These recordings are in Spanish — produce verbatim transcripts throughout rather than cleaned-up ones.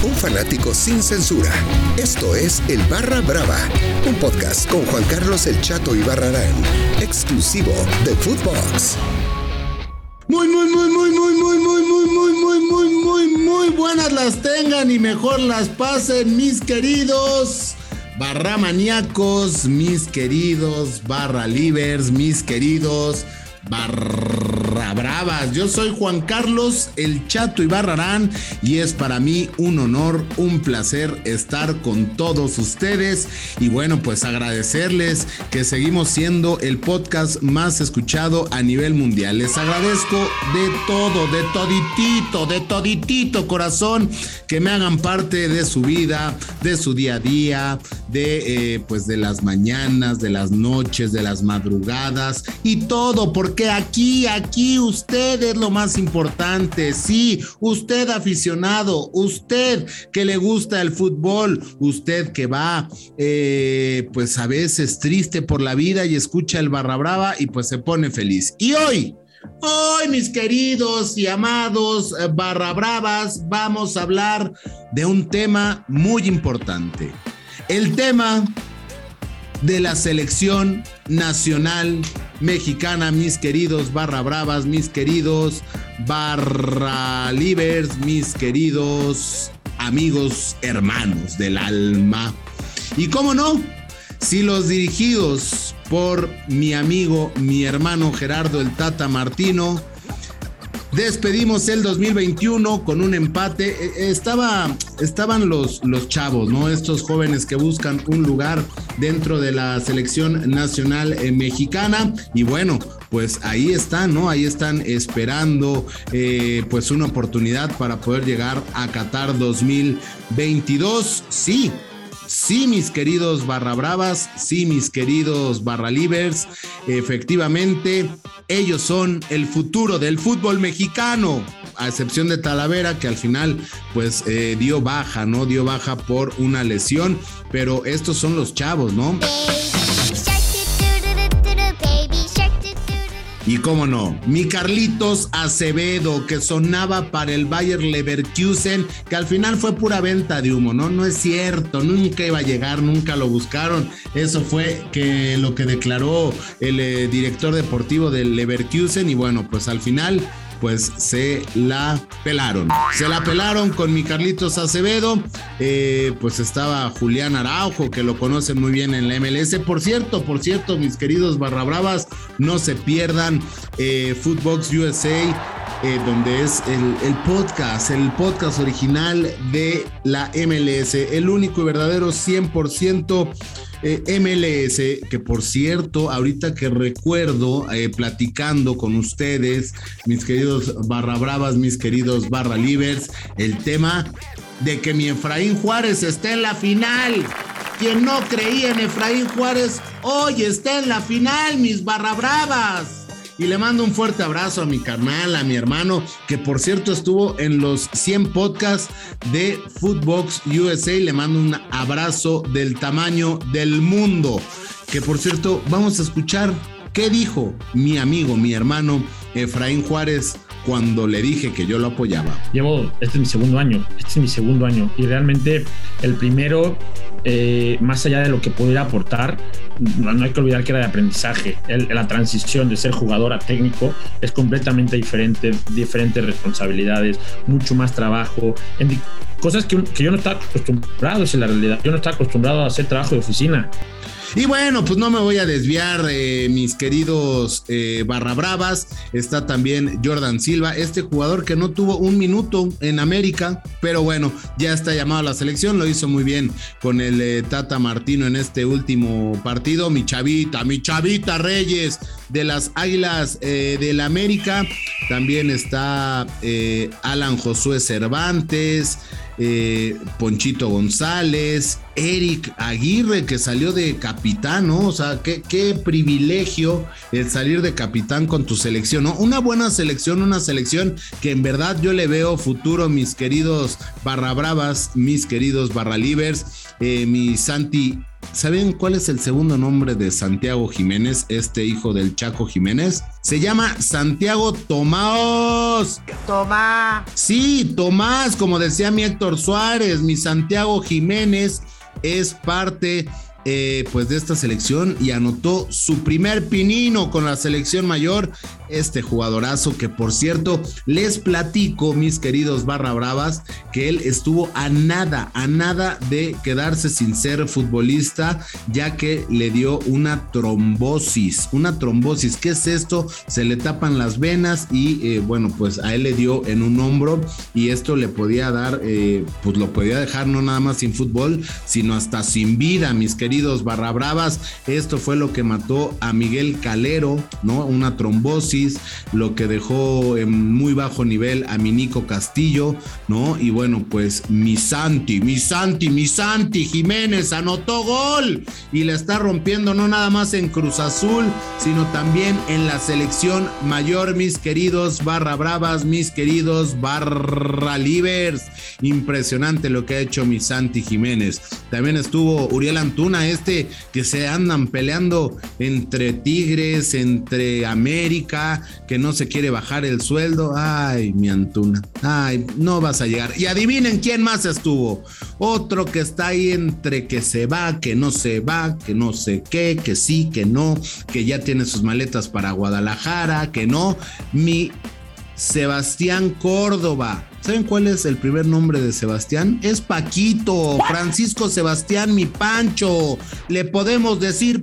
Un fanático sin censura. Esto es El Barra Brava, un podcast con Juan Carlos El Chato Ibarrarán, exclusivo de Footbox. Muy, muy, muy, muy, muy, muy, muy, muy, muy, muy, muy, muy, muy buenas las tengan y mejor las pasen, mis queridos barramaníacos, mis queridos barra livers, mis queridos barra bravas. Yo soy Juan Carlos El Chato Ibarrarán y es para mí un honor, un placer estar con todos ustedes y bueno, pues agradecerles que seguimos siendo el podcast más escuchado a nivel mundial. Les agradezco de todo, de toditito, de toditito corazón que me hagan parte de su vida, de su día a día, de eh, pues de las mañanas, de las noches, de las madrugadas y todo, porque aquí, aquí usted es lo más importante. Sí, usted aficionado, usted que le gusta el fútbol, usted que va eh, pues a veces triste por la vida y escucha el Barra Brava y pues se pone feliz. Y hoy, hoy mis queridos y amados eh, Barra Bravas, vamos a hablar de un tema muy importante. El tema de la selección nacional mexicana, mis queridos barra bravas, mis queridos barra livers, mis queridos amigos hermanos del alma. Y cómo no, si los dirigidos por mi amigo, mi hermano Gerardo el Tata Martino, despedimos el dos mil veintiuno con un empate. Estaba, estaban los, los chavos, ¿no? Estos jóvenes que buscan un lugar dentro de la selección nacional eh, mexicana. Y bueno, pues ahí están, ¿no? Ahí están esperando eh, pues una oportunidad para poder llegar a Qatar dos mil veintidós. Sí. Sí, mis queridos barra bravas, sí, mis queridos barra livers, efectivamente, ellos son el futuro del fútbol mexicano, a excepción de Talavera, que al final, pues, eh, dio baja, ¿no? Dio baja por una lesión, pero estos son los chavos, ¿no? Y cómo no, mi Carlitos Acevedo, que sonaba para el Bayer Leverkusen, que al final fue pura venta de humo, ¿no? No es cierto, nunca iba a llegar, nunca lo buscaron. Eso fue que lo que declaró el eh, director deportivo del Leverkusen y bueno, pues al final pues se la pelaron. Se la pelaron con mi Carlitos Acevedo. Eh, pues estaba Julián Araujo, que lo conocen muy bien en la M L S. Por cierto, por cierto, mis queridos barra bravas, no se pierdan eh, Footbox U S A, eh, donde es el, el podcast, el podcast original de la M L S, el único y verdadero cien por ciento Eh, M L S, que por cierto, ahorita que recuerdo eh, platicando con ustedes, mis queridos barra bravas, mis queridos barra livers, el tema de que mi Efraín Juárez está en la final. Quien no creía en Efraín Juárez, hoy está en la final, mis barra bravas. Y le mando un fuerte abrazo a mi carnal, a mi hermano, que por cierto estuvo en los cien podcasts de Footbox U S A. Le mando un abrazo del tamaño del mundo. Que por cierto, vamos a escuchar qué dijo mi amigo, mi hermano Efraín Juárez cuando le dije que yo lo apoyaba. Llevo, este es mi segundo año, este es mi segundo año y realmente el primero, eh, más allá de lo que pudiera aportar, no, no hay que olvidar que era de aprendizaje. El, la transición de ser jugador a técnico es completamente diferente, diferentes responsabilidades, mucho más trabajo, en cosas que, que yo no estaba acostumbrado, esa es la realidad. Yo no estaba acostumbrado a hacer trabajo de oficina. Y bueno, pues no me voy a desviar, eh, mis queridos eh, barra bravas. Está también Jordan Silva, este jugador que no tuvo un minuto en América, pero bueno, ya está llamado a la selección, lo hizo muy bien con el eh, Tata Martino en este último partido. Mi chavita, mi chavita Reyes de las Águilas eh, del América. También está eh, Alan Josué Cervantes, eh, Ponchito González, Eric Aguirre, que salió de capitán, ¿no? O sea, qué, qué privilegio el salir de capitán con tu selección, ¿no? Una buena selección, una selección que en verdad yo le veo futuro, mis queridos barra bravas, mis queridos barra livers, eh, mi Santi ¿saben cuál es el segundo nombre de Santiago Jiménez, este hijo del Chaco Jiménez? Se llama Santiago Tomás. Tomás. Sí, Tomás, como decía mi Héctor Suárez, mi Santiago Jiménez es parte eh, pues de esta selección y anotó su primer pinino con la selección mayor. Este jugadorazo que, por cierto, les platico, mis queridos barra bravas, que él estuvo a nada, a nada de quedarse sin ser futbolista, ya que le dio una trombosis. Una trombosis, ¿qué es esto? Se le tapan las venas y eh, bueno, pues a él le dio en un hombro y esto le podía dar, eh, pues lo podía dejar no nada más sin fútbol, sino hasta sin vida, mis queridos barra bravas. Esto fue lo que mató a Miguel Calero, ¿no? Una trombosis, lo que dejó en muy bajo nivel a mi Nico Castillo, ¿no? Y bueno, pues mi Santi, mi Santi, mi Santi Jiménez anotó gol y la está rompiendo no nada más en Cruz Azul, sino también en la selección mayor, mis queridos barra bravas, mis queridos barra livers. Impresionante lo que ha hecho mi Santi Jiménez. También estuvo Uriel Antuna, este que se andan peleando entre Tigres, entre América, que no se quiere bajar el sueldo. Ay, mi Antuna, ay, no vas a llegar. Y adivinen quién más estuvo. Otro que está ahí entre que se va, que no se va, que no sé qué, que sí, que no, que ya tiene sus maletas para Guadalajara, que no. Mi Sebastián Córdoba. ¿Saben cuál es el primer nombre de Sebastián? Es Paquito, Francisco Sebastián, mi Pancho. Le podemos decir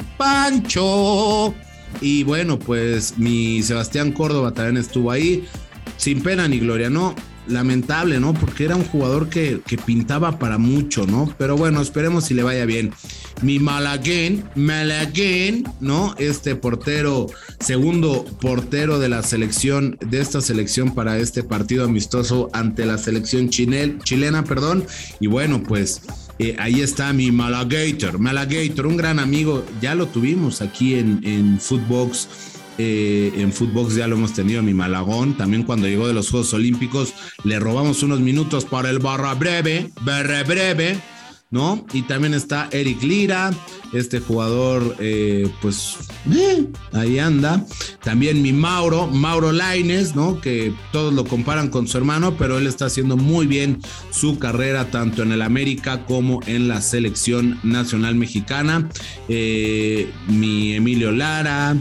Pancho. Y bueno, pues mi Sebastián Córdoba también estuvo ahí, sin pena ni gloria, ¿no? Lamentable, ¿no? Porque era un jugador que, que pintaba para mucho, ¿no? Pero bueno, esperemos si le vaya bien. Mi Malaguén, Malaguén, ¿no? Este portero, segundo portero de la selección, de esta selección para este partido amistoso ante la selección chile, chilena, perdón. Y bueno, pues eh, ahí está mi Malagator, Malagator, un gran amigo. Ya lo tuvimos aquí en, en Footbox. Eh, en Footbox ya lo hemos tenido, mi Malagón. También cuando llegó de los Juegos Olímpicos le robamos unos minutos para el barra breve, barra breve, ¿no? Y también está Eric Lira, este jugador, eh, pues eh, ahí anda. También mi Mauro, Mauro Lainez, ¿no? Que todos lo comparan con su hermano, pero él está haciendo muy bien su carrera tanto en el América como en la selección nacional mexicana. Eh, mi Emilio Lara,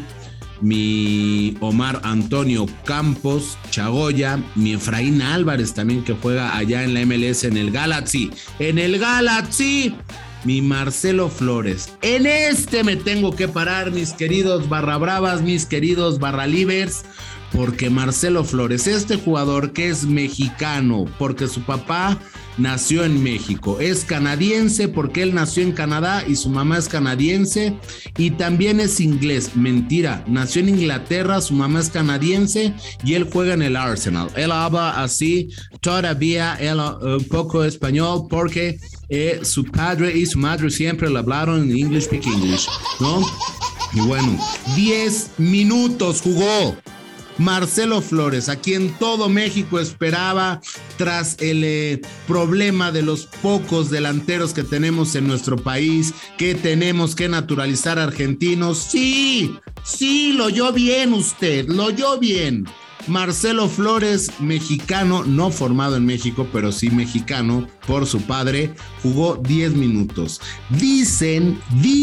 mi Omar Antonio Campos Chagoya, mi Efraín Álvarez también, que juega allá en la M L S en el Galaxy, en el Galaxy, mi Marcelo Flores. En este me tengo que parar, mis queridos barra bravas, mis queridos barra livers, porque Marcelo Flores, este jugador que es mexicano, porque su papá nació en México, es canadiense porque él nació en Canadá y su mamá es canadiense, y también es inglés. Mentira, nació en Inglaterra, su mamá es canadiense y él juega en el Arsenal. Él habla así todavía, él uh, un poco español porque eh, su padre y su madre siempre le hablaron en English speak English, ¿no? Y bueno, diez minutos jugó Marcelo Flores, a quien todo México esperaba tras el eh, problema de los pocos delanteros que tenemos en nuestro país, que tenemos que naturalizar argentinos. Sí, sí, lo oyó bien usted, lo oyó bien. Marcelo Flores, mexicano, no formado en México, pero sí mexicano por su padre, jugó diez minutos. Dicen,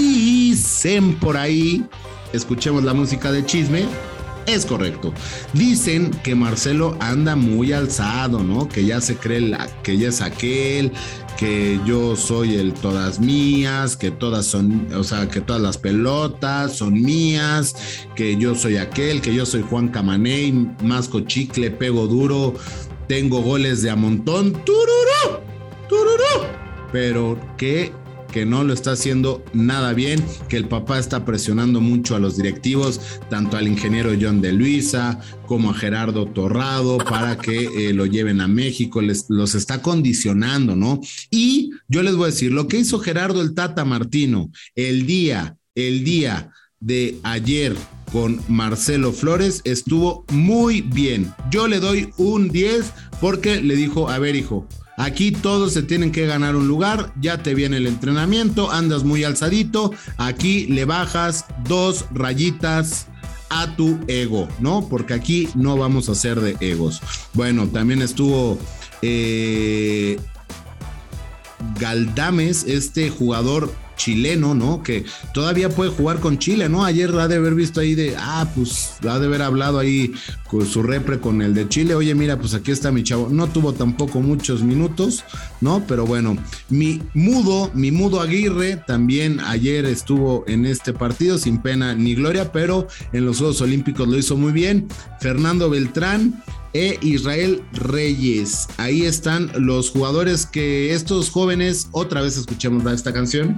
dicen por ahí, escuchemos la música de chisme. Es correcto. Dicen que Marcelo anda muy alzado, ¿no? Que ya se cree la, que ya es aquel, que yo soy el todas mías, que todas son, o sea, que todas las pelotas son mías, que yo soy aquel, que yo soy Juan Camaney, masco chicle, pego duro, tengo goles de a montón, tururú, tururú, pero que que no lo está haciendo nada bien, que el papá está presionando mucho a los directivos, tanto al ingeniero John de Luisa como a Gerardo Torrado, para que eh, lo lleven a México, les, los está condicionando, ¿no? Y yo les voy a decir, lo que hizo Gerardo el Tata Martino el día, el día de ayer con Marcelo Flores estuvo muy bien. Yo le doy un diez porque le dijo, a ver, hijo, Aquí todos se tienen que ganar un lugar, ya te viene el entrenamiento, andas muy alzadito, aquí le bajas dos rayitas a tu ego, ¿no? Porque aquí no vamos a ser de egos. Bueno, también estuvo eh, Galdames, este jugador chileno, ¿no? Que todavía puede jugar con Chile, ¿no? Ayer ha de haber visto ahí de, ah, pues ha de haber hablado ahí con su repre con el de Chile. Oye, mira, pues aquí está mi chavo. No tuvo tampoco muchos minutos, ¿no? Pero bueno, mi mudo, mi mudo Aguirre también ayer estuvo en este partido sin pena ni gloria, pero en los Juegos Olímpicos lo hizo muy bien. Fernando Beltrán e Israel Reyes. Ahí están los jugadores que estos jóvenes, otra vez escuchemos esta canción.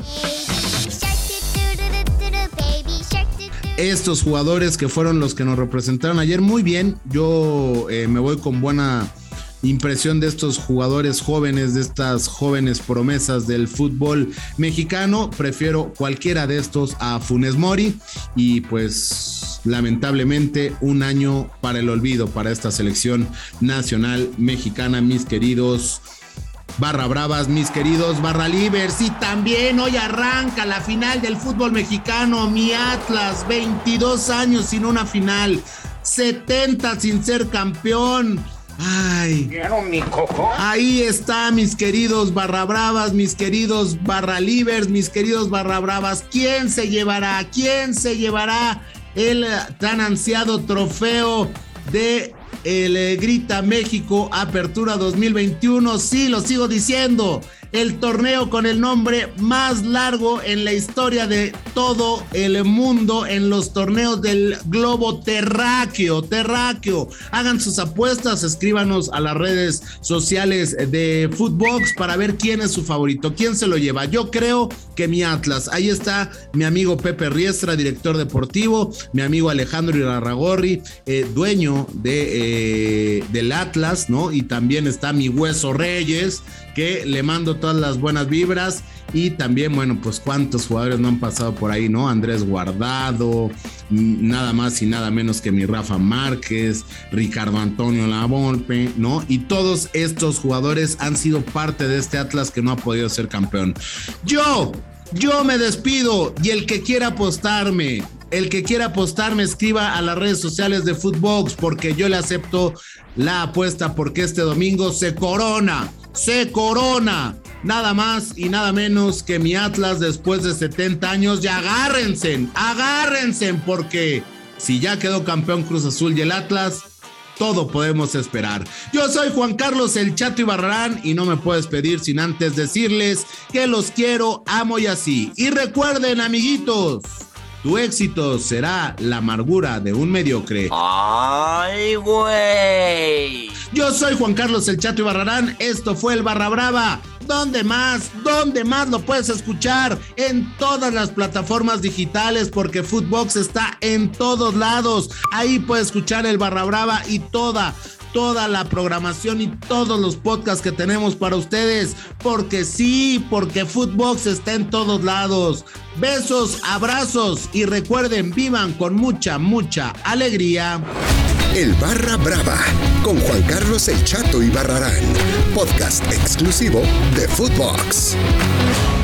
Estos jugadores que fueron los que nos representaron ayer muy bien. Yo eh, me voy con buena impresión de estos jugadores jóvenes, de estas jóvenes promesas del fútbol mexicano. Prefiero cualquiera de estos a Funes Mori y pues lamentablemente un año para el olvido para esta selección nacional mexicana, mis queridos Barra Bravas, mis queridos Barra Livers. Y también hoy arranca la final del fútbol mexicano. Mi Atlas, veintidós años sin una final, setenta sin ser campeón. Ay, mi coco. Ahí está, mis queridos Barra Bravas, mis queridos Barra Livers, mis queridos Barra Bravas. ¿Quién se llevará? ¿Quién se llevará el tan ansiado trofeo de el Grita México Apertura dos mil veintiuno? Sí, lo sigo diciendo, el torneo con el nombre más largo en la historia de todo el mundo, en los torneos del globo terráqueo, terráqueo. Hagan sus apuestas, escríbanos a las redes sociales de Footbox para ver quién es su favorito, quién se lo lleva. Yo creo que mi Atlas. Ahí está mi amigo Pepe Riestra, director deportivo, mi amigo Alejandro Irarragorri, eh, dueño de, eh, del Atlas, ¿no? Y también está mi Hueso Reyes, que le mando todas las buenas vibras. Y también, bueno, pues cuántos jugadores no han pasado por ahí, ¿no? Andrés Guardado, nada más y nada menos que mi Rafa Márquez, Ricardo Antonio Lavolpe, ¿no? Y todos estos jugadores han sido parte de este Atlas que no ha podido ser campeón. Yo, yo me despido, y el que quiera apostarme, el que quiera apostarme, escriba a las redes sociales de Footbox, porque yo le acepto la apuesta, porque este domingo se corona, se corona nada más y nada menos que mi Atlas después de setenta años. Y agárrense, agárrense, porque si ya quedó campeón Cruz Azul y el Atlas, todo podemos esperar. Yo soy Juan Carlos El Chato Ibarrarán y no me puedo despedir sin antes decirles que los quiero, amo y así. Y recuerden, amiguitos, tu éxito será la amargura de un mediocre. ¡Ay, güey! Yo soy Juan Carlos El Chato Ibarrarán. Esto fue el Barra Brava. ¿Dónde más? ¿Dónde más lo puedes escuchar? En todas las plataformas digitales, porque Footbox está en todos lados. Ahí puedes escuchar el Barra Brava y toda, toda la programación y todos los podcasts que tenemos para ustedes. Porque sí, porque Footbox está en todos lados. Besos, abrazos y recuerden, vivan con mucha, mucha alegría. El Barra Brava con Juan Carlos El Chato Ibarrarán, podcast exclusivo de Footbox.